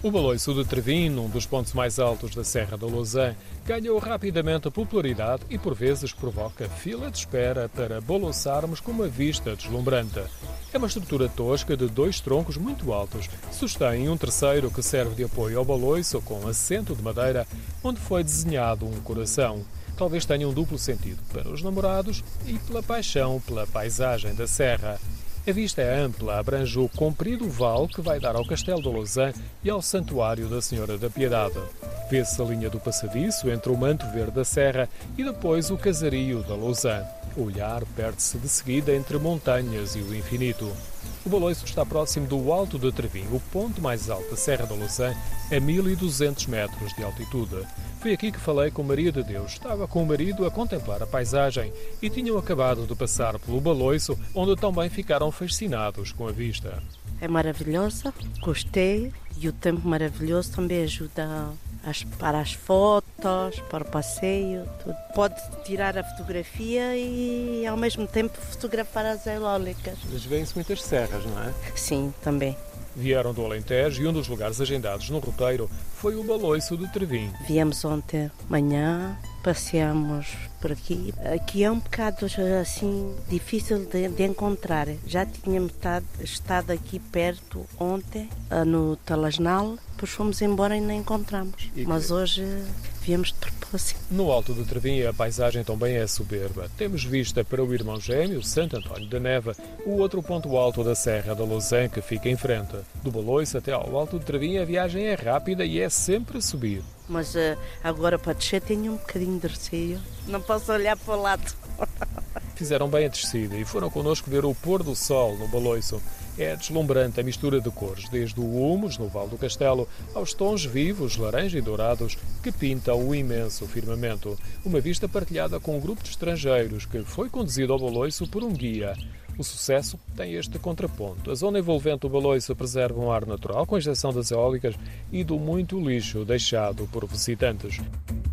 O Baloiço de Trevim, um dos pontos mais altos da Serra da Lousã, ganhou rapidamente a popularidade e por vezes provoca fila de espera para baloçarmos com uma vista deslumbrante. É uma estrutura tosca de 2 troncos muito altos, sustém um terceiro que serve de apoio ao baloiço com assento de madeira, onde foi desenhado um coração. Talvez tenha um duplo sentido, para os namorados e pela paixão pela paisagem da serra. A vista é ampla, abrange o comprido vale que vai dar ao Castelo da Lousã e ao Santuário da Senhora da Piedade. Vê-se a linha do passadiço entre o manto verde da serra e depois o casario da Lousã. O olhar perde-se de seguida entre montanhas e o infinito. O baloiço está próximo do Alto de Trevim, o ponto mais alto da Serra da Lousã, a 1200 metros de altitude. Foi aqui que falei com Maria de Deus. Estava com o marido a contemplar a paisagem e tinham acabado de passar pelo baloiço, onde também ficaram fascinados com a vista. É maravilhosa, gostei, e o tempo maravilhoso também ajuda para as fotos, para o passeio, tudo. Pode tirar a fotografia e ao mesmo tempo fotografar as eólicas. Mas vêem-se muitas serras, não é? Sim, também. Vieram do Alentejo e um dos lugares agendados no roteiro foi o Baloiço de Trevim. Viemos ontem de manhã, passeamos por aqui. Aqui é um bocado assim difícil de encontrar. Já tínhamos estado aqui perto ontem, no Talasnal, depois fomos embora e não encontramos. Mas hoje viemos de propósito. No Alto de Trevim a paisagem também é soberba. Temos vista para o irmão gêmeo, Santo António da Neva, o outro ponto alto da Serra da Lousã que fica em frente. Do Baloiço até ao Alto de Trevim a viagem é rápida e é sempre a subir. Mas agora para descer tenho um bocadinho de receio. Não posso olhar para o lado. Fizeram bem a descida e foram connosco ver o pôr do sol no Baloiço. É deslumbrante a mistura de cores, desde o humus no Vale do Castelo aos tons vivos, laranja e dourados, que pintam o imenso firmamento. Uma vista partilhada com um grupo de estrangeiros que foi conduzido ao Baloiço por um guia. O sucesso tem este contraponto. A zona envolvente do Baloiço preserva um ar natural, com exceção das eólicas e do muito lixo deixado por visitantes.